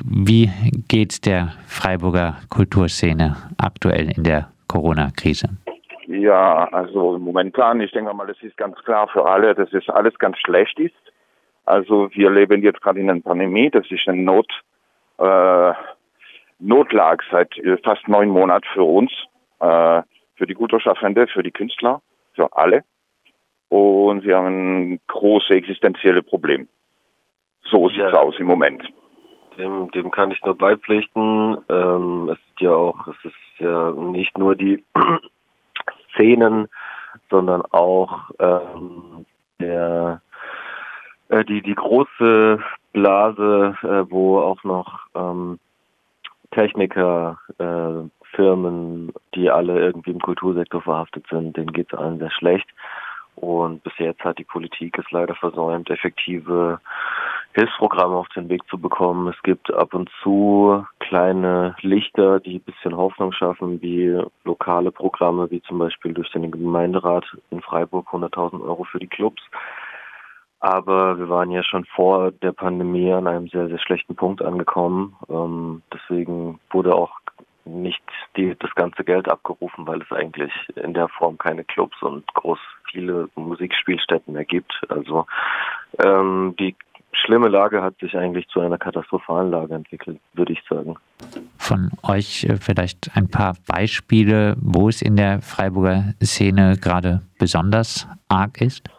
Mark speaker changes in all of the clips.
Speaker 1: Wie geht's der Freiburger Kulturszene aktuell in der Corona-Krise?
Speaker 2: Ja, also momentan, ich denke mal, das ist ganz klar für alle, dass es alles ganz schlecht ist. Also wir leben jetzt gerade in einer Pandemie, das ist eine Notlage seit fast 9 Monaten für uns, für die Kulturschaffenden, für die Künstler, für alle. Und wir haben ein großes existenzielles Problem. So sieht es aus im Moment.
Speaker 3: Dem kann ich nur beipflichten. Es ist ja nicht nur die Szenen, sondern auch die große Blase, wo auch noch Techniker, Firmen, die alle irgendwie im Kultursektor verhaftet sind, denen geht es allen sehr schlecht. Und bis jetzt hat die Politik es leider versäumt, effektive Hilfsprogramme auf den Weg zu bekommen. Es gibt ab und zu kleine Lichter, die ein bisschen Hoffnung schaffen, wie lokale Programme, wie zum Beispiel durch den Gemeinderat in Freiburg 100.000 Euro für die Clubs. Aber wir waren ja schon vor der Pandemie an einem sehr, sehr schlechten Punkt angekommen. Deswegen wurde auch nicht das ganze Geld abgerufen, weil es eigentlich in der Form keine Clubs und viele Musikspielstätten mehr gibt. Also die schlimme Lage hat sich eigentlich zu einer katastrophalen Lage entwickelt, würde ich sagen.
Speaker 1: Von euch vielleicht ein paar Beispiele, wo es in der Freiburger Szene gerade besonders arg ist?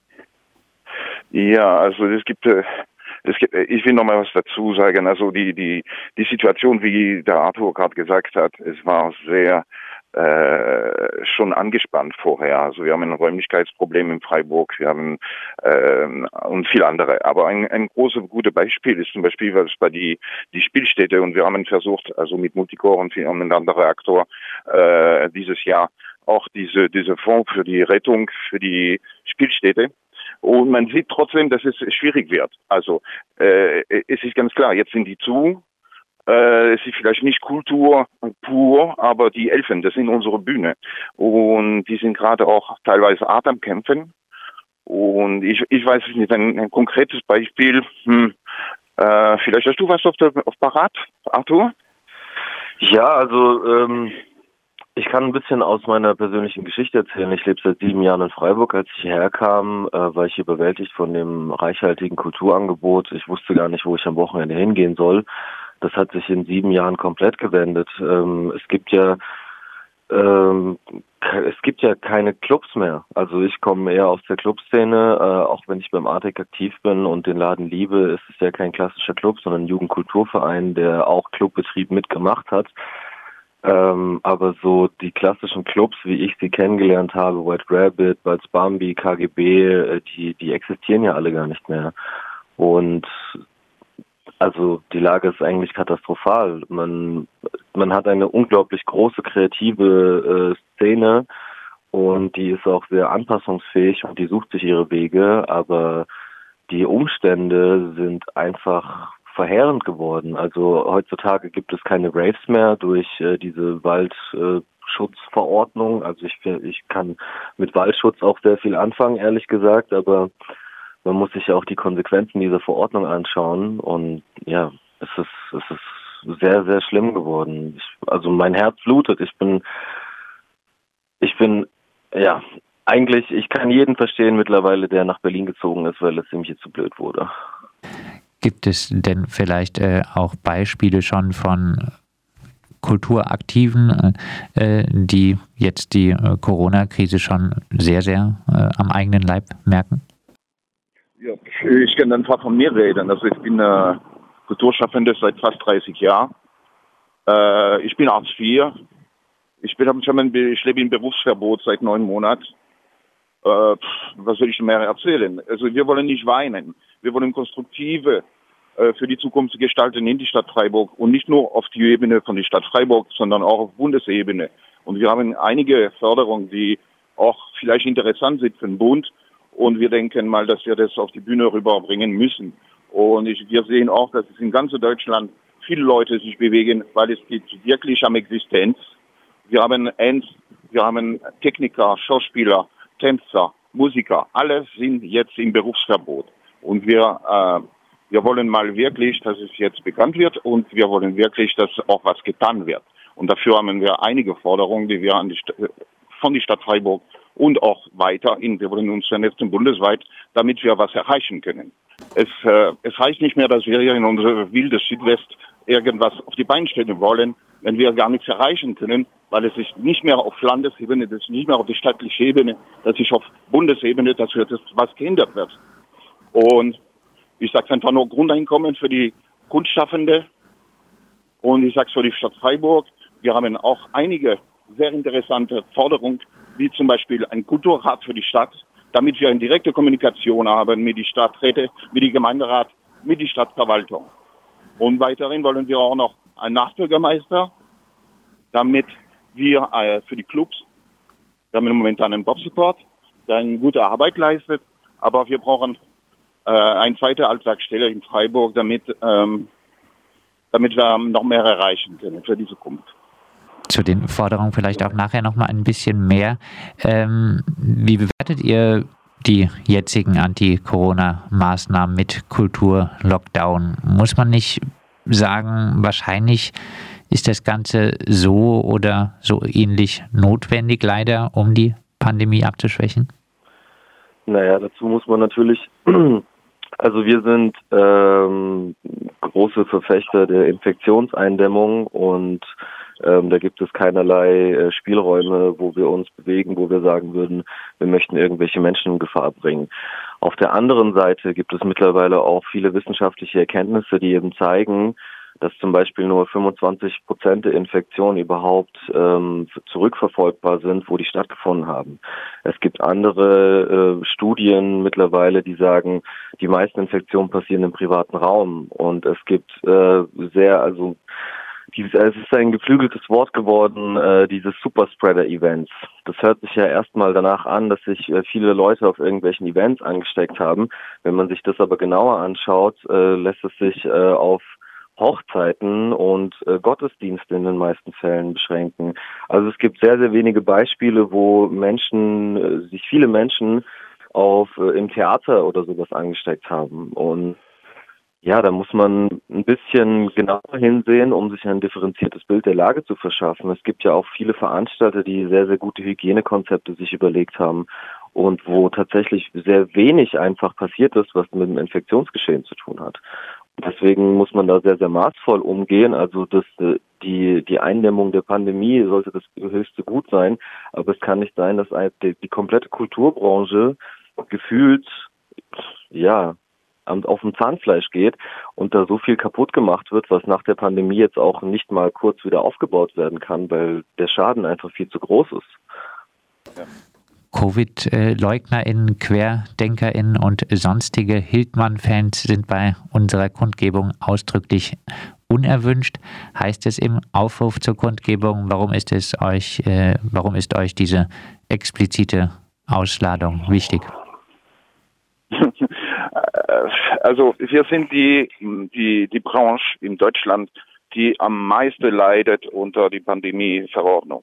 Speaker 2: Ja, also ich will noch mal was dazu sagen. Also die Situation, wie der Arthur gerade gesagt hat, es war sehr schon angespannt vorher. Also wir haben ein Räumlichkeitsproblem in Freiburg, wir haben und viele andere. Aber ein großes, gutes Beispiel ist zum Beispiel was bei die Spielstätte, und wir haben versucht, also mit Multicore und einem anderen Aktor dieses Jahr auch diese Fonds für die Rettung für die Spielstätte. Und man sieht trotzdem, dass es schwierig wird. Also es ist ganz klar, jetzt sind die zu. Es ist vielleicht nicht Kultur pur, aber die Elfen, das sind unsere Bühne. Und die sind gerade auch teilweise hart am Kämpfen. Und ich weiß nicht, ein konkretes Beispiel. Vielleicht hast du was auf Parat, Arthur?
Speaker 3: Ja, also ich kann ein bisschen aus meiner persönlichen Geschichte erzählen. Ich lebe seit 7 Jahren in Freiburg. Als ich hierher kam, war ich überwältigt von dem reichhaltigen Kulturangebot. Ich wusste gar nicht, wo ich am Wochenende hingehen soll. Das hat sich in 7 Jahren komplett gewendet. Es gibt ja keine Clubs mehr. Also ich komme eher aus der Clubszene, auch wenn ich beim Artek aktiv bin und den Laden liebe, ist es ja kein klassischer Club, sondern ein Jugendkulturverein, der auch Clubbetrieb mitgemacht hat. Aber so die klassischen Clubs, wie ich sie kennengelernt habe, White Rabbit, Balz Bambi, KGB, die existieren ja alle gar nicht mehr. Und also die Lage ist eigentlich katastrophal. Man hat eine unglaublich große kreative Szene, und die ist auch sehr anpassungsfähig und die sucht sich ihre Wege, aber die Umstände sind einfach verheerend geworden. Also heutzutage gibt es keine Raves mehr durch diese Waldschutzverordnung. Also ich kann mit Waldschutz auch sehr viel anfangen, ehrlich gesagt, aber man muss sich ja auch die Konsequenzen dieser Verordnung anschauen, und ja, es ist sehr, sehr schlimm geworden. Also mein Herz blutet. Ich kann jeden verstehen mittlerweile, der nach Berlin gezogen ist, weil es ihm hier zu blöd wurde.
Speaker 1: Gibt es denn vielleicht auch Beispiele schon von Kulturaktiven, die jetzt die Corona-Krise schon sehr, sehr am eigenen Leib merken?
Speaker 2: Ja, ich kann einfach von mir reden. Also ich bin Kulturschaffender seit fast 30 Jahren. Ich bin Hartz IV. Ich lebe im Berufsverbot seit 9 Monaten. Was soll ich mehr erzählen? Also wir wollen nicht weinen. Wir wollen konstruktive für die Zukunft gestalten in die Stadt Freiburg, und nicht nur auf die Ebene von der Stadt Freiburg, sondern auch auf Bundesebene. Und wir haben einige Förderungen, die auch vielleicht interessant sind für den Bund. Und wir denken mal, dass wir das auf die Bühne rüberbringen müssen. Und wir sehen auch, dass es in ganz Deutschland viele Leute sich bewegen, weil es geht wirklich um Existenz. Wir haben Techniker, Schauspieler, Tänzer, Musiker, alle sind jetzt im Berufsverbot. Und wir Wir wollen mal wirklich, dass es jetzt bekannt wird und wir wollen wirklich, dass auch was getan wird. Und dafür haben wir einige Forderungen, die wir von der Stadt Freiburg und auch weiter, wir wollen uns vernetzen bundesweit, damit wir was erreichen können. Es reicht nicht mehr, dass wir hier in unserer wilde Südwest irgendwas auf die Beine stellen wollen, wenn wir gar nichts erreichen können, weil es ist nicht mehr auf Landesebene, das ist nicht mehr auf die staatliche Ebene, das ist auf Bundesebene, dass was geändert wird. Und ich sage einfach nur Grundeinkommen für die Kunstschaffende und ich sage für die Stadt Freiburg, wir haben auch einige sehr interessante Forderungen, wie zum Beispiel ein Kulturrat für die Stadt, damit wir eine direkte Kommunikation haben mit die Stadträte, mit die Gemeinderat, mit die Stadtverwaltung. Und weiterhin wollen wir auch noch einen Nachbürgermeister, damit wir für die Clubs, wir haben momentan einen Bob-Support, der eine gute Arbeit leistet, aber wir brauchen eine zweite Alltagsstelle in Freiburg, damit wir noch mehr erreichen können für die Zukunft.
Speaker 1: Zu den Forderungen vielleicht auch nachher noch mal ein bisschen mehr. Wie bewertet ihr die jetzigen Anti-Corona-Maßnahmen mit Kultur-Lockdown? Muss man nicht sagen, wahrscheinlich ist das Ganze so oder so ähnlich notwendig leider, um die Pandemie abzuschwächen?
Speaker 3: Naja, dazu muss man natürlich, also wir sind große Verfechter der Infektionseindämmung und da gibt es keinerlei Spielräume, wo wir uns bewegen, wo wir sagen würden, wir möchten irgendwelche Menschen in Gefahr bringen. Auf der anderen Seite gibt es mittlerweile auch viele wissenschaftliche Erkenntnisse, die eben zeigen, dass zum Beispiel nur 25% der Infektionen überhaupt zurückverfolgbar sind, wo die stattgefunden haben. Es gibt andere Studien mittlerweile, die sagen, die meisten Infektionen passieren im privaten Raum. Und es gibt es ist ein geflügeltes Wort geworden, diese Superspreader-Events. Das hört sich ja erstmal danach an, dass sich viele Leute auf irgendwelchen Events angesteckt haben. Wenn man sich das aber genauer anschaut, lässt es sich auf Hochzeiten und Gottesdienste in den meisten Fällen beschränken. Also es gibt sehr, sehr wenige Beispiele, wo viele Menschen im Theater oder sowas angesteckt haben. Und ja, da muss man ein bisschen genauer hinsehen, um sich ein differenziertes Bild der Lage zu verschaffen. Es gibt ja auch viele Veranstalter, die sehr, sehr gute Hygienekonzepte sich überlegt haben und wo tatsächlich sehr wenig einfach passiert ist, was mit dem Infektionsgeschehen zu tun hat. Deswegen muss man da sehr, sehr maßvoll umgehen. Also die Eindämmung der Pandemie sollte das höchste Gut sein. Aber es kann nicht sein, dass die komplette Kulturbranche gefühlt, auf dem Zahnfleisch geht und da so viel kaputt gemacht wird, was nach der Pandemie jetzt auch nicht mal kurz wieder aufgebaut werden kann, weil der Schaden einfach viel zu groß ist.
Speaker 2: Ja.
Speaker 1: Covid-LeugnerInnen, QuerdenkerInnen und sonstige Hildmann-Fans sind bei unserer Kundgebung ausdrücklich unerwünscht. Heißt es im Aufruf zur Kundgebung, warum ist euch diese explizite Ausladung wichtig?
Speaker 2: Also wir sind die Branche in Deutschland, die am meisten leidet unter die Pandemie-Verordnung.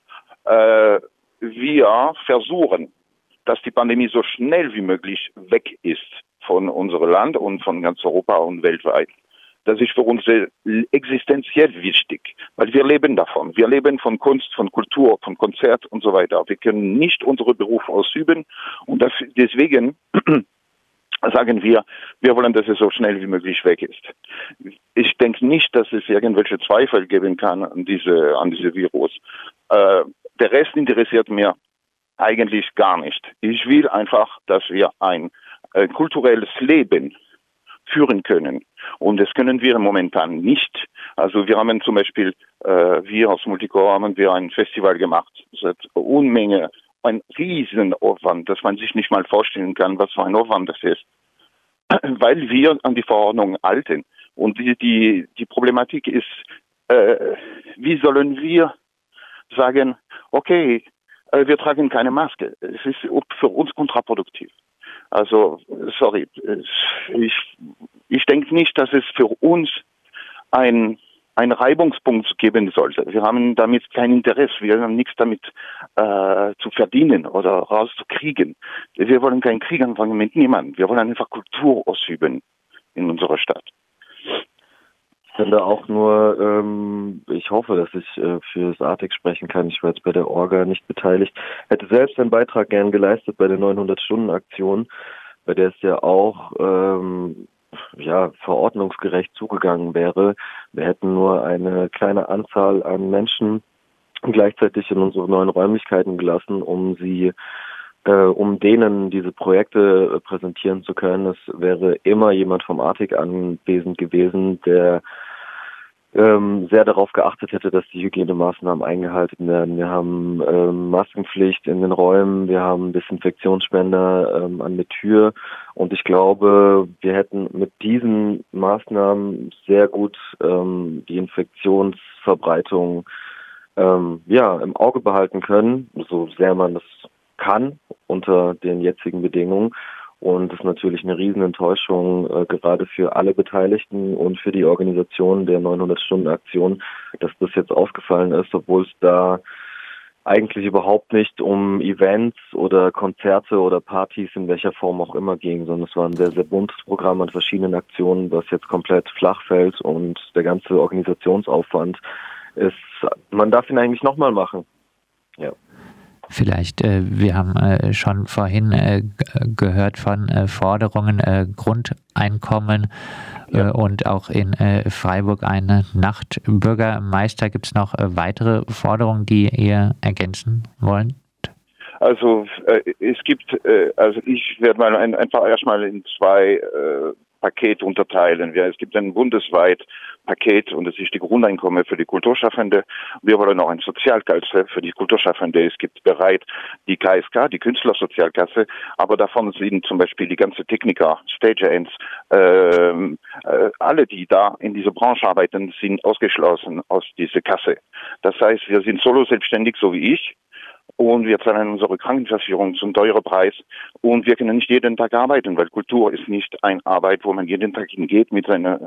Speaker 2: Wir versuchen, dass die Pandemie so schnell wie möglich weg ist von unserem Land und von ganz Europa und weltweit. Das ist für uns existenziell wichtig, weil wir leben davon. Wir leben von Kunst, von Kultur, von Konzert und so weiter. Wir können nicht unseren Beruf ausüben und deswegen sagen wir wollen, dass es so schnell wie möglich weg ist. Ich denke nicht, dass es irgendwelche Zweifel geben kann an diese Virus. Der Rest interessiert mir eigentlich gar nicht. Ich will einfach, dass wir ein kulturelles Leben führen können. Und das können wir momentan nicht. Also wir haben zum Beispiel, wir aus Multicore haben wir ein Festival gemacht. Das hat Unmenge, ein Riesenaufwand, dass man sich nicht mal vorstellen kann, was für ein Aufwand das ist. Weil wir an die Verordnung halten. Und die Problematik ist, wie sollen wir sagen, okay, wir tragen keine Maske. Es ist für uns kontraproduktiv. Also, sorry, ich denke nicht, dass es für uns ein Reibungspunkt geben sollte. Wir haben damit kein Interesse. Wir haben nichts damit zu verdienen oder rauszukriegen. Wir wollen keinen Krieg anfangen mit niemandem. Wir wollen einfach Kultur ausüben in unserer Stadt.
Speaker 3: Ich kann da auch nur, ich hoffe, dass ich für das Artig sprechen kann. Ich war jetzt bei der Orga nicht beteiligt. Hätte selbst einen Beitrag gern geleistet bei der 900-Stunden-Aktion, bei der es ja auch verordnungsgerecht zugegangen wäre. Wir hätten nur eine kleine Anzahl an Menschen gleichzeitig in unsere neuen Räumlichkeiten gelassen, um denen diese Projekte präsentieren zu können. Es wäre immer jemand vom Artig anwesend gewesen, der sehr darauf geachtet hätte, dass die Hygienemaßnahmen eingehalten werden. Wir haben Maskenpflicht in den Räumen, wir haben Desinfektionsspender an der Tür und ich glaube, wir hätten mit diesen Maßnahmen sehr gut die Infektionsverbreitung im Auge behalten können, so sehr man das kann unter den jetzigen Bedingungen. Und das ist natürlich eine Riesenenttäuschung, gerade für alle Beteiligten und für die Organisation der 900-Stunden-Aktion, dass das jetzt ausgefallen ist, obwohl es da eigentlich überhaupt nicht um Events oder Konzerte oder Partys in welcher Form auch immer ging, sondern es war ein sehr, sehr buntes Programm an verschiedenen Aktionen, was jetzt komplett flach fällt und der ganze Organisationsaufwand ist, man darf ihn eigentlich nochmal machen. Ja.
Speaker 1: Vielleicht, wir haben schon vorhin gehört von Forderungen Grundeinkommen und auch in Freiburg eine Nachtbürgermeister. Gibt es noch weitere Forderungen, die ihr ergänzen wollt?
Speaker 2: Also es gibt, ich werde mal einfach erstmal in zwei Pakete unterteilen. Es gibt ein bundesweit Paket und das ist die Grundeinkommen für die Kulturschaffende. Wir wollen auch ein Sozialkasse für die Kulturschaffende. Es gibt bereit die KSK, die Künstlersozialkasse, aber davon sind zum Beispiel die ganze Techniker, Stagehands, alle, die da in dieser Branche arbeiten, sind ausgeschlossen aus dieser Kasse. Das heißt, wir sind solo selbstständig, so wie ich. Und wir zahlen unsere Krankenversicherung zum teuren Preis. Und wir können nicht jeden Tag arbeiten, weil Kultur ist nicht eine Arbeit, wo man jeden Tag hingeht mit seiner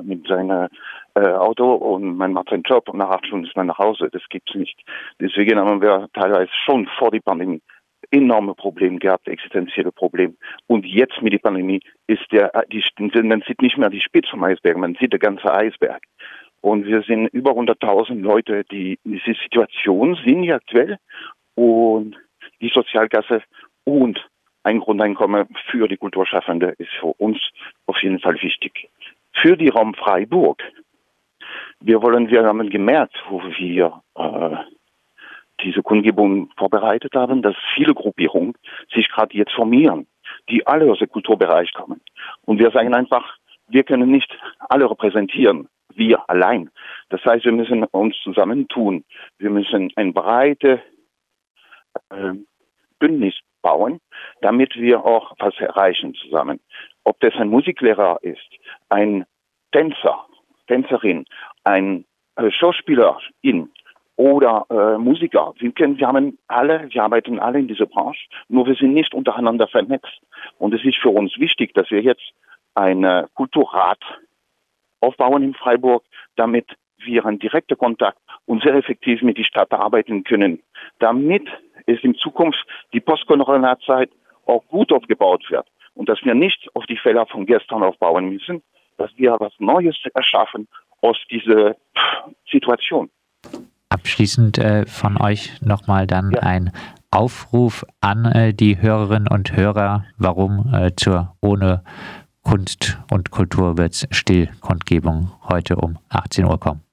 Speaker 2: Auto und man macht seinen Job und nach 8 Stunden ist man nach Hause. Das gibt's nicht. Deswegen haben wir teilweise schon vor der Pandemie enorme Probleme gehabt, existenzielle Probleme. Und jetzt mit der Pandemie ist man sieht nicht mehr die Spitze vom Eisberg, man sieht den ganzen Eisberg. Und wir sind über 100.000 Leute, die in dieser Situation sind, die aktuell. Und die Sozialkasse und ein Grundeinkommen für die Kulturschaffende ist für uns auf jeden Fall wichtig. Für die Raum Freiburg. Wir haben gemerkt, wo wir diese Kundgebung vorbereitet haben, dass viele Gruppierungen sich gerade jetzt formieren, die alle aus dem Kulturbereich kommen. Und wir sagen einfach, wir können nicht alle repräsentieren, wir allein. Das heißt, wir müssen uns zusammentun. Wir müssen ein breites Bündnis bauen, damit wir auch was erreichen zusammen. Ob das ein Musiklehrer ist, ein Tänzerin, ein Schauspielerin oder Musiker. Wir arbeiten alle in dieser Branche, nur wir sind nicht untereinander vernetzt. Und es ist für uns wichtig, dass wir jetzt einen Kulturrat aufbauen in Freiburg, damit wir einen direkten Kontakt und sehr effektiv mit der Stadt arbeiten können, damit es in Zukunft die Post-Corona-Zeit auch gut aufgebaut wird und dass wir nicht auf die Fehler von gestern aufbauen müssen, dass wir was Neues erschaffen aus dieser Situation.
Speaker 1: Abschließend von euch nochmal dann ein Aufruf an die Hörerinnen und Hörer, warum zur Ohne Kunst und Kultur wird's still Kundgebung heute um 18 Uhr kommen.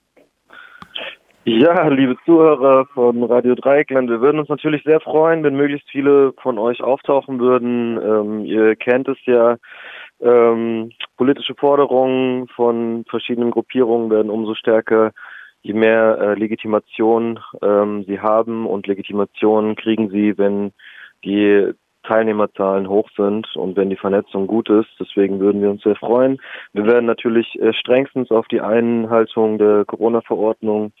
Speaker 3: Ja, liebe Zuhörer von Radio Dreieckland, wir würden uns natürlich sehr freuen, wenn möglichst viele von euch auftauchen würden. Ihr kennt es ja, politische Forderungen von verschiedenen Gruppierungen werden umso stärker, je mehr Legitimation sie haben, und Legitimation kriegen sie, wenn die Teilnehmerzahlen hoch sind und wenn die Vernetzung gut ist. Deswegen würden wir uns sehr freuen. Wir werden natürlich strengstens auf die Einhaltung der Corona-Verordnung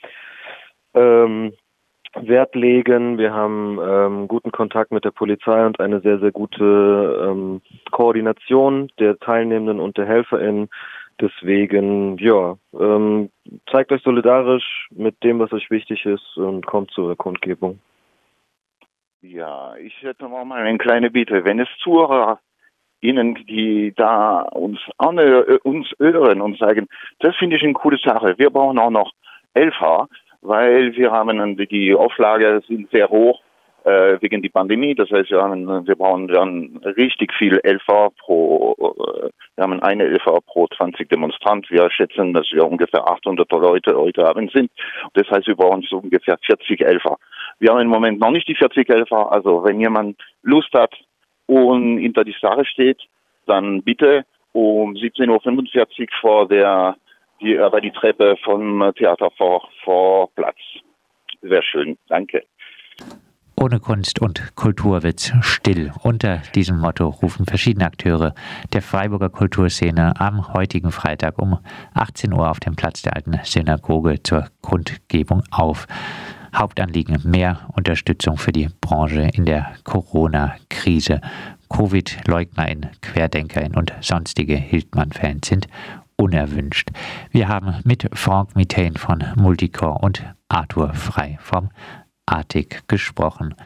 Speaker 3: Wert legen. Wir haben guten Kontakt mit der Polizei und eine sehr, sehr gute Koordination der Teilnehmenden und der HelferInnen. Deswegen, zeigt euch solidarisch mit dem, was euch wichtig ist, und kommt zur Kundgebung.
Speaker 2: Ja, ich hätte noch mal eine kleine Bitte. Wenn es Zuhörer Ihnen, die da uns hören und sagen, das finde ich eine coole Sache. Wir brauchen auch noch LV, weil wir haben die Auflage sind sehr hoch wegen der Pandemie. Das heißt, wir brauchen dann richtig viel LV wir haben eine LV pro 20 Demonstrant. Wir schätzen, dass wir ungefähr 800 Leute heute Abend sind. Das heißt, wir brauchen so ungefähr 40 LV. Wir haben im Moment noch nicht die 40 LV. Also wenn jemand Lust hat und hinter die Sache steht, dann bitte um 17.45 Uhr bei die Treppe vom Theater vor Platz. Sehr schön, danke.
Speaker 1: Ohne Kunst und Kultur wird's still. Unter diesem Motto rufen verschiedene Akteure der Freiburger Kulturszene am heutigen Freitag um 18 Uhr auf dem Platz der alten Synagoge zur Kundgebung auf. Hauptanliegen: mehr Unterstützung für die Branche in der Corona-Krise. Covid-LeugnerInnen, QuerdenkerInnen und sonstige Hildmann-Fans sind unerwünscht. Wir haben mit Franck Mitaine von Multicore und Arthur Frey vom Artig gesprochen.